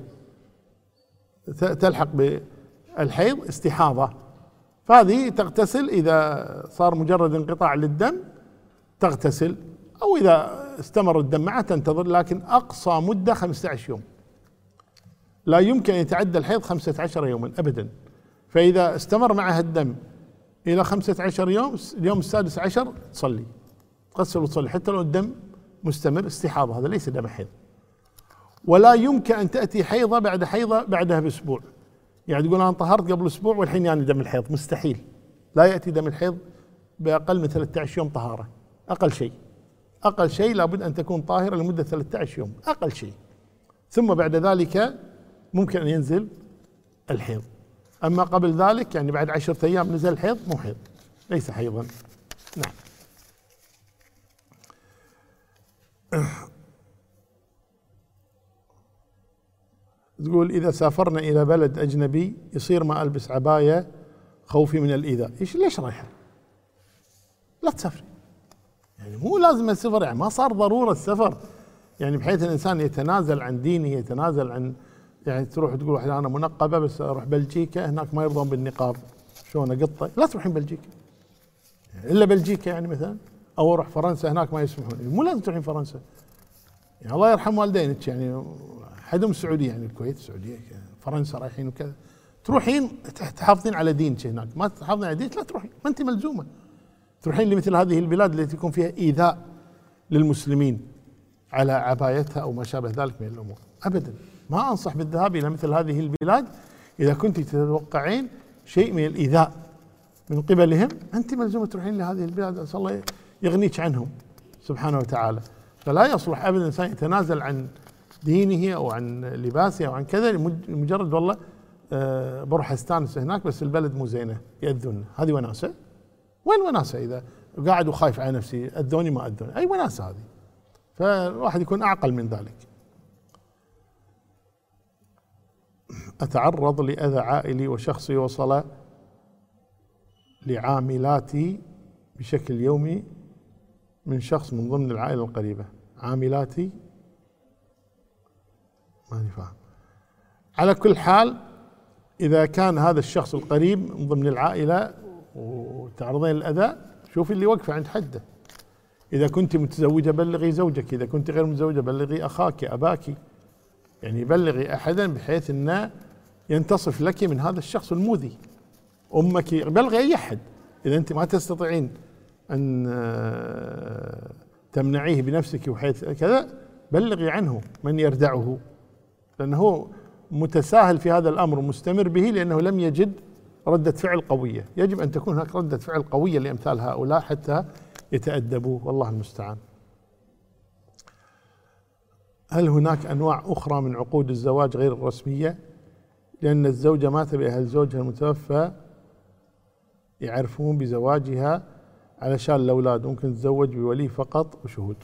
تلحق بالحيض استحاضة، فهذه تغتسل. إذا صار مجرد انقطاع للدم تغتسل، أو إذا استمر الدم معه تنتظر، لكن أقصى مدة خمسة عشر يوم، لا يمكن أن يتعدى الحيض خمسة عشر يوما أبدا. فإذا استمر معها الدم إلى خمسة عشر يوم، اليوم السادس عشر تصلي، تغسل وتصلي حتى لو الدم مستمر استحاضة، هذا ليس دم حيض. ولا يمكن أن تأتي حيضة بعد حيضة بعدها بأسبوع، يعني تقول أنا طهرت قبل أسبوع والحين يعني دم الحيض، مستحيل. لا يأتي دم الحيض بأقل من ثلاثة عشر يوم طهارة، أقل شيء، أقل شيء لابد أن تكون طاهرة لمدة ثلاثة عشر يوم أقل شيء، ثم بعد ذلك ممكن أن ينزل الحيض. أما قبل ذلك يعني بعد عشرة أيام نزل الحيض مو حيض، ليس حيضا. نعم. تقول إذا سافرنا إلى بلد أجنبي يصير ما ألبس عباية خوفي من الإيذاء. إيش ليش رايحة؟ لا تسافري، يعني مو لازم السفر، يعني ما صار ضرورة السفر، يعني بحيث الإنسان يتنازل عن دينه، يتنازل عن، يعني تروح تقول واحد أنا منقبة بس أروح بلجيكا هناك ما يرضون بالنقاب، شلون أقطع؟ لا تروحين بلجيكا، يعني إلا بلجيكا يعني مثلا، أو أروح فرنسا هناك ما يسمحون، يعني مو لازم تروحين فرنسا، يعني الله يرحم والدينك، يعني حدهم السعودية، يعني الكويت السعودية فرنسا رايحين وكذا، تروحين تحافظين على دينك هناك، ما تحافظين على دينك لا تروحين، ما أنت ملزومة تروحين لمثل هذه البلاد التي يكون فيها إيذاء للمسلمين على عبايتها أو ما شابه ذلك من الأمور، أبدا ما أنصح بالذهاب إلى مثل هذه البلاد. إذا كنت تتوقعين شيء من الإيذاء من قبلهم أنت ملزومة تروحين لهذه البلاد، أسأل الله يغنيك عنهم سبحانه وتعالى. فلا يصلح أبدا الإنسان يتنازل عن دينه أو عن لباسه أو عن كذا لمجرد والله أه بروح استانس هناك بس البلد مو زينة يأذون، هذه وناسة؟ وين وناسة إذا قاعد وخايف على نفسي أذوني ما أذوني، أي وناسة هذه؟ فالواحد يكون أعقل من ذلك. أتعرض لأذى عائلي وشخصي وصل لعاملاتي بشكل يومي من شخص من ضمن العائلة القريبة. عاملاتي ماني فاهم. على كل حال إذا كان هذا الشخص القريب من ضمن العائلة وتعرضين للأذى، شوفي اللي وقفه عند حده، إذا كنت متزوجة بلغي زوجك، إذا كنت غير متزوجة بلغي أخاك أباك، يعني بلغي أحدا بحيث أنه ينتصف لك من هذا الشخص المؤذي. أمك، بلغي أي أحد. إذا أنت ما تستطيعين أن تمنعيه بنفسك وحيث كذا، بلغي عنه من يردعه، لأنه متساهل في هذا الأمر ومستمر به لأنه لم يجد ردة فعل قوية. يجب أن تكون هناك ردة فعل قوية لأمثال هؤلاء حتى يتأدبوا، والله المستعان. هل هناك أنواع أخرى من عقود الزواج غير الرسمية؟ لأن الزوجة مات بأهل زوجها المتوفى يعرفون بزواجها علشان الأولاد، ممكن تتزوج بولي فقط وشهود.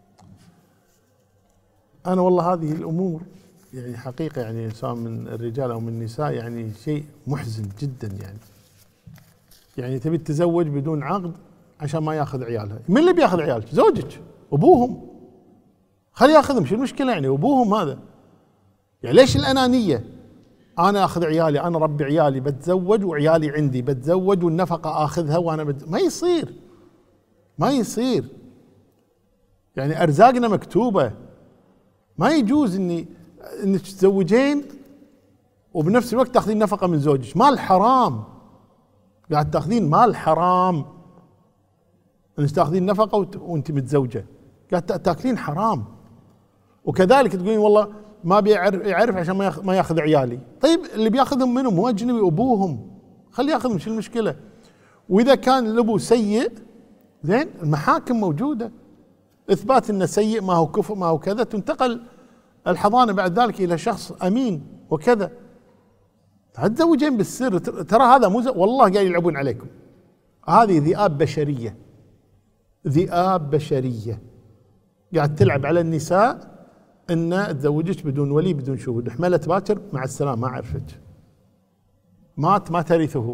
أنا والله هذه الأمور يعني حقيقة، يعني سواء من الرجال أو من النساء، يعني شيء محزن جدا. يعني يعني تبي تتزوج بدون عقد عشان ما ياخذ عيالها. من اللي بياخذ عيالك؟ زوجك، أبوهم. خلي ياخذهم، شو المشكلة يعني؟ أبوهم هذا. يعني ليش الأنانية؟ أنا أخذ عيالي، أنا ربي عيالي، بتزوج وعيالي عندي، بتزوج والنفقة آخذها وأنا بتزوج. ما يصير، ما يصير. يعني أرزاقنا مكتوبة، ما يجوز إني إنك تتزوجين وبنفس الوقت تاخذين نفقة من زوجك. مال حرام، قاعد تاخذين مال حرام. انك تاخذين نفقة وانت متزوجة، قاعد تاكلين حرام. وكذلك تقولين والله ما بيعرف يعرف عشان ما ما ياخذ عيالي. طيب اللي بياخذهم منهم مو اجنبي، ابوهم، خليه ياخذهم، شو المشكلة؟ واذا كان الابو سيء، زين، المحاكم موجودة، اثبات انه سيء، ما هو كفء، ما هو كذا، تنتقل الحضانة بعد ذلك الى شخص امين وكذا. تتزوجين بالسر، ترى هذا مو والله قاعد يلعبون عليكم. هذه ذئاب بشرية، ذئاب بشرية قاعد تلعب على النساء ان تزوجك بدون ولي بدون شهود. حملت باكر، مع السلامة، ما عرفت، مات ما ترثه،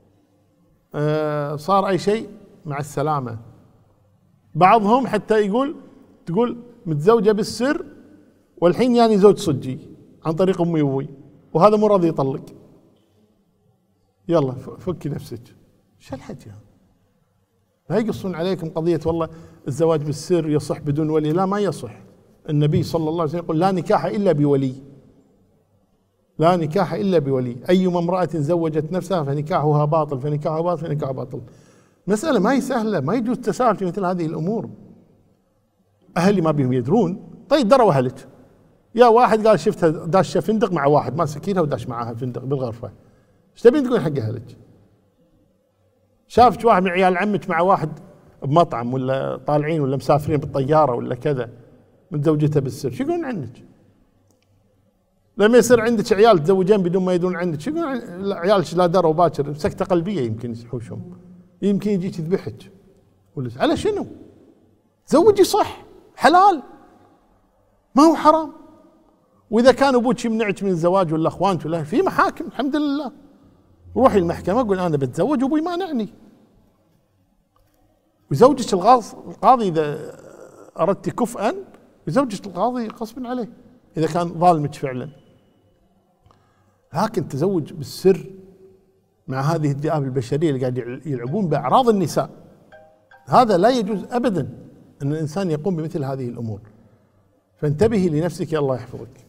آه صار اي شيء، مع السلامة. بعضهم حتى يقول تقول متزوجة بالسر والحين يعني زوج صجي عن طريق امي وابوي، وهذا مو راضي يطلق. يلا فكي نفسك، شو الحكي هذا؟ لا يقصون عليكم قضية والله الزواج بالسر يصح بدون ولي. لا، ما يصح. النبي صلى الله عليه وسلم يقول لا نكاح إلا بولي، لا نكاح إلا بولي. أيما امرأة زوجت نفسها فنكاحها باطل، فنكاحها باطل، فنكاحها باطل. مسألة ما هي سهلة، ما يجوز التساهل في مثل هذه الأمور. أهلي ما بيهم يدرون، طيب دروا أهلك. يا واحد قال شفتها داشة فندق مع واحد، ما سكينها وداش معاها فندق بالغرفة، ايش تبين تقول حق أهلك؟ شافت واحد من عيال عمك مع واحد بمطعم، ولا طالعين ولا مسافرين بالطيارة ولا كذا، متزوجتها بالسر، شو يقولون عنك؟ لما يصير عندك عيال تزوجين بدون ما يدرون عنك، شو يقولون؟ عيالك لا دروا باكر، سكتة قلبية يمكن يحوشهم، يمكن يجيك يذبحك. على شنو؟ تزوجي صح، حلال، ما هو حرام. واذا كان ابوك يمنعك من الزواج ولا اخوانك ولا، في محاكم الحمد لله، روحي المحكمة قول انا بتزوج وابوي مانعني. وزوجك القاضي اذا اردت كفءا، وزوجك القاضي غصب عليه اذا كان ظالمك فعلا. لكن تزوج بالسر مع هذه الذئاب البشرية اللي قاعد يلعبون باعراض النساء، هذا لا يجوز ابدا ان الانسان يقوم بمثل هذه الامور. فانتبهي لنفسك، الله يحفظك.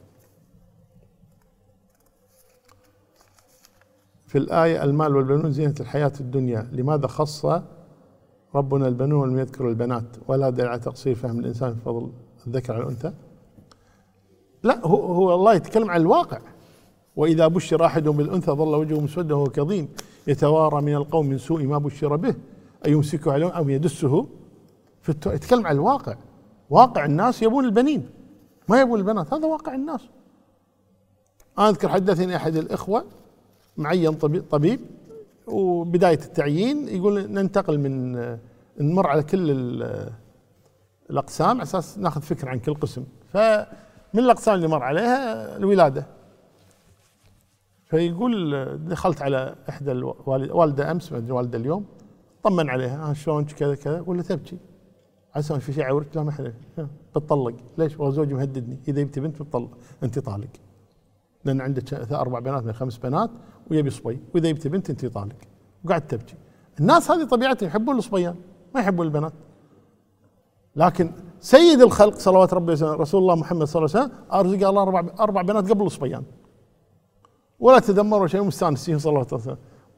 في الآية المال والبنون زينة الحياة الدنيا، لماذا خص ربنا البنون ولم يذكر البنات؟ ولا داعي على تقصير فهم الإنسان في فضل الذكر على الأنثى. لا، هو, هو الله يتكلم عن الواقع. وإذا بشر أحد بالأنثى ظل وجهه مسودا وهو كظيم يتوارى من القوم من سوء ما بشر به أيمسكه على أو يدسه في التو... يتكلم عن الواقع. واقع الناس يبون البنين، ما يبون البنات، هذا واقع الناس. أنا أذكر حدثني أحد الإخوة معين طبيب، وبداية التعيين يقول ننتقل من نمر على كل الأقسام على أساس ناخذ فكرة عن كل قسم. فمن الأقسام اللي مر عليها الولادة. فيقول دخلت على إحدى الوالدة أمس، والدة اليوم، طمن عليها، ها شلونك كذا كذا، أقول له تبكي عسى في شيء عورك؟ لا ما حدا، بتطلق. ليش؟ والله زوجي مهددني إذا جبتي بنت بتطلق، أنت طالق، لأن عندك أربع بنات من خمس بنات ويبي صبي، وإذا جبتي بنت أنت طالق. وقعدت تبكي. الناس هذه طبيعتهم يحبون الصبيان، ما يحبون البنات. لكن سيد الخلق صلوات ربي وسلامه رسول الله محمد صلى الله عليه وسلم أرزق الله أربع أربع بنات قبل الصبيان، ولا تدمروا شيء، مستانسين صلى الله عليه وسلم.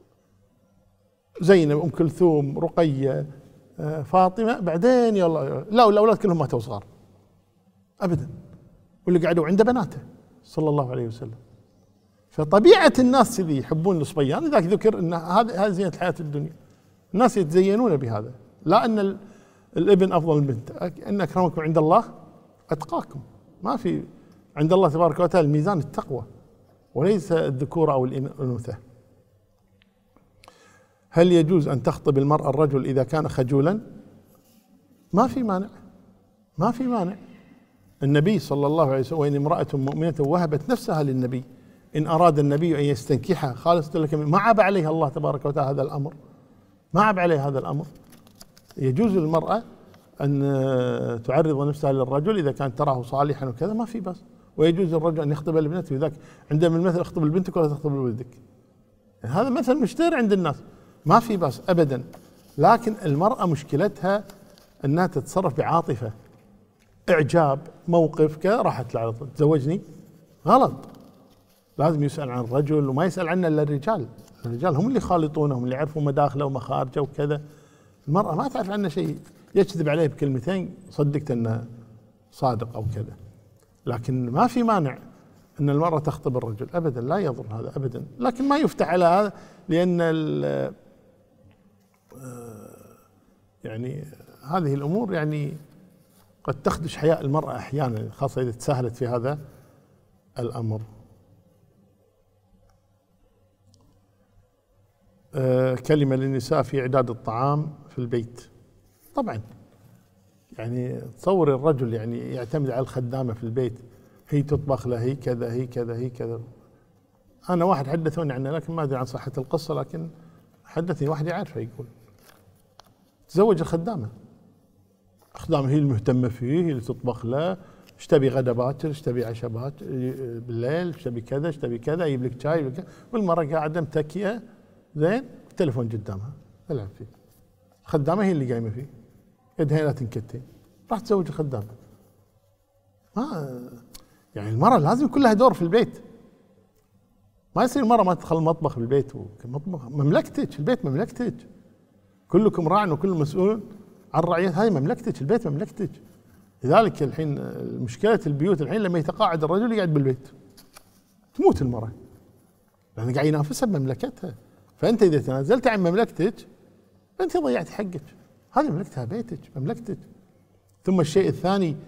زينب، أم كلثوم، رقية، فاطمة، بعدين يلا لا، والأولاد كلهم ماتوا صغار أبدا، واللي قعدوا عنده بناته صلى الله عليه وسلم. فطبيعة الناس ذي يحبون الصبيان، لذلك ذكر أن هذه هذه زينة الحياة الدنيا، الناس يتزينون بهذا، لا أن الابن أفضل من البنت، إن أكرمكم عند الله أتقاكم. ما في عند الله تبارك وتعالى الميزان التقوى وليس الذكورة أو الأنوثة. هل يجوز أن تخطب المرأة الرجل إذا كان خجولا؟ ما في مانع، ما في مانع. النبي صلى الله عليه وسلم: وإن امرأة مؤمنة وهبت نفسها للنبي إن أراد النبي أن يستنكحها خالصة لك، ما عاب عليها الله تبارك وتعالى هذا الأمر، ما عاب عليها هذا الأمر. يجوز للمرأة أن تعرض نفسها للرجل إذا كانت تراه صالحا وكذا، ما في بس. ويجوز للرجل أن يخطب لابنته، ذاك عندما المثل: اخطب لبنتك ولا تخطب لولدك. يعني هذا مثل مشتهر عند الناس، ما في بس أبدا. لكن المرأة مشكلتها أنها تتصرف بعاطفة، إعجاب، موقف كذا، راحت على طول تزوجني. غلط، لازم يسأل عن الرجل، وما يسأل عنه إلا الرجال. الرجال هم اللي خالطونهم، اللي يعرفوا مداخله ومخارجه وكذا. المرأة ما تعرف عنه شيء، يكذب عليه بكلمتين صدقت أنه صادق أو كذا. لكن ما في مانع أن المرأة تخطب الرجل أبدا، لا يضر هذا أبدا. لكن ما يفتح على هذا، لأن يعني هذه الأمور يعني قد تخدش حياء المرأة أحيانا، خاصة إذا تساهلت في هذا الأمر. كلمة للنساء في إعداد الطعام في البيت. طبعا يعني تصور الرجل يعني يعتمد على الخدامة في البيت، هي تطبخ له، هي كذا هي كذا هي كذا. أنا واحد حدثوني عنه لكن ما أدري عن صحة القصة، لكن حدثني واحد يعرفه يقول تزوج الخدامة، الخدامة هي المهتمة فيه، هي اللي تطبخ له، ايش تبي غدا باكر، ايش تبي عشاء باكر بالليل، ايش تبي كذا ايش تبي كذا، يجيب لك شاي، والمرة قاعدة متكئة زين، التليفون قدامها تلعب فيه. الخدامة هي اللي قايمة فيه، يدها لا تنكتين، راح تزوج الخدامة. ما يعني المرأة لازم يكون لها دور في البيت، ما يصير المرأة ما تدخل المطبخ في البيت. مطبخ مملكتك، البيت مملكتك، كلكم راع وكل مسؤول عن رعيته، هذه مملكتك، البيت مملكتك. لذلك الحين مشكلة البيوت الحين لما يتقاعد الرجل يقعد بالبيت تموت المرأة، لأنه قاعد ينافسها بمملكتها. فأنت إذا تنازلت عن مملكتك أنت ضيعت حقك، هذه مملكتها، بيتك مملكتك. ثم الشيء الثاني،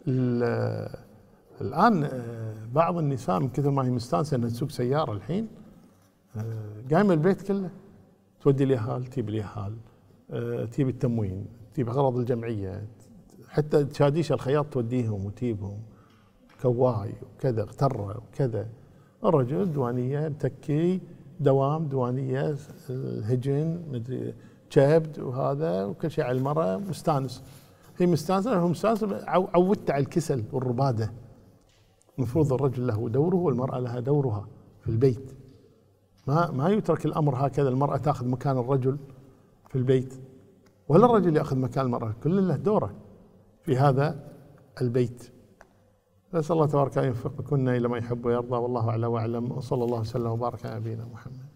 الآن بعض النساء من كثر ما هي مستانسة أنها تسوق سيارة الحين قايمة البيت كله، تودي اليهال، تجيب اليهال، تجيب التموين، تجيب أغراض الجمعية، حتى شاديش الخياط توديهم وتجيبهم، كواي وكذا، اغترة وكذا. الرجل دوانية متكي، دوام دوانية، الهجن مدري كبد وهذا وكل شيء على المرأة، مستانس، هي مستانسة، هو مستانس، عودت على الكسل والربادة. المفروض الرجل له دوره والمرأة لها دورها في البيت، ما ما يترك الأمر هكذا، المرأة تأخذ مكان الرجل في البيت ولا الرجل يأخذ مكان المرأة، كل له دوره في هذا البيت. نسأل الله تبارك وتعالى يوفقكن إلى ما يحب ويرضى، والله أعلى وأعلم، وصلى الله وسلم وبارك على نبينا محمد.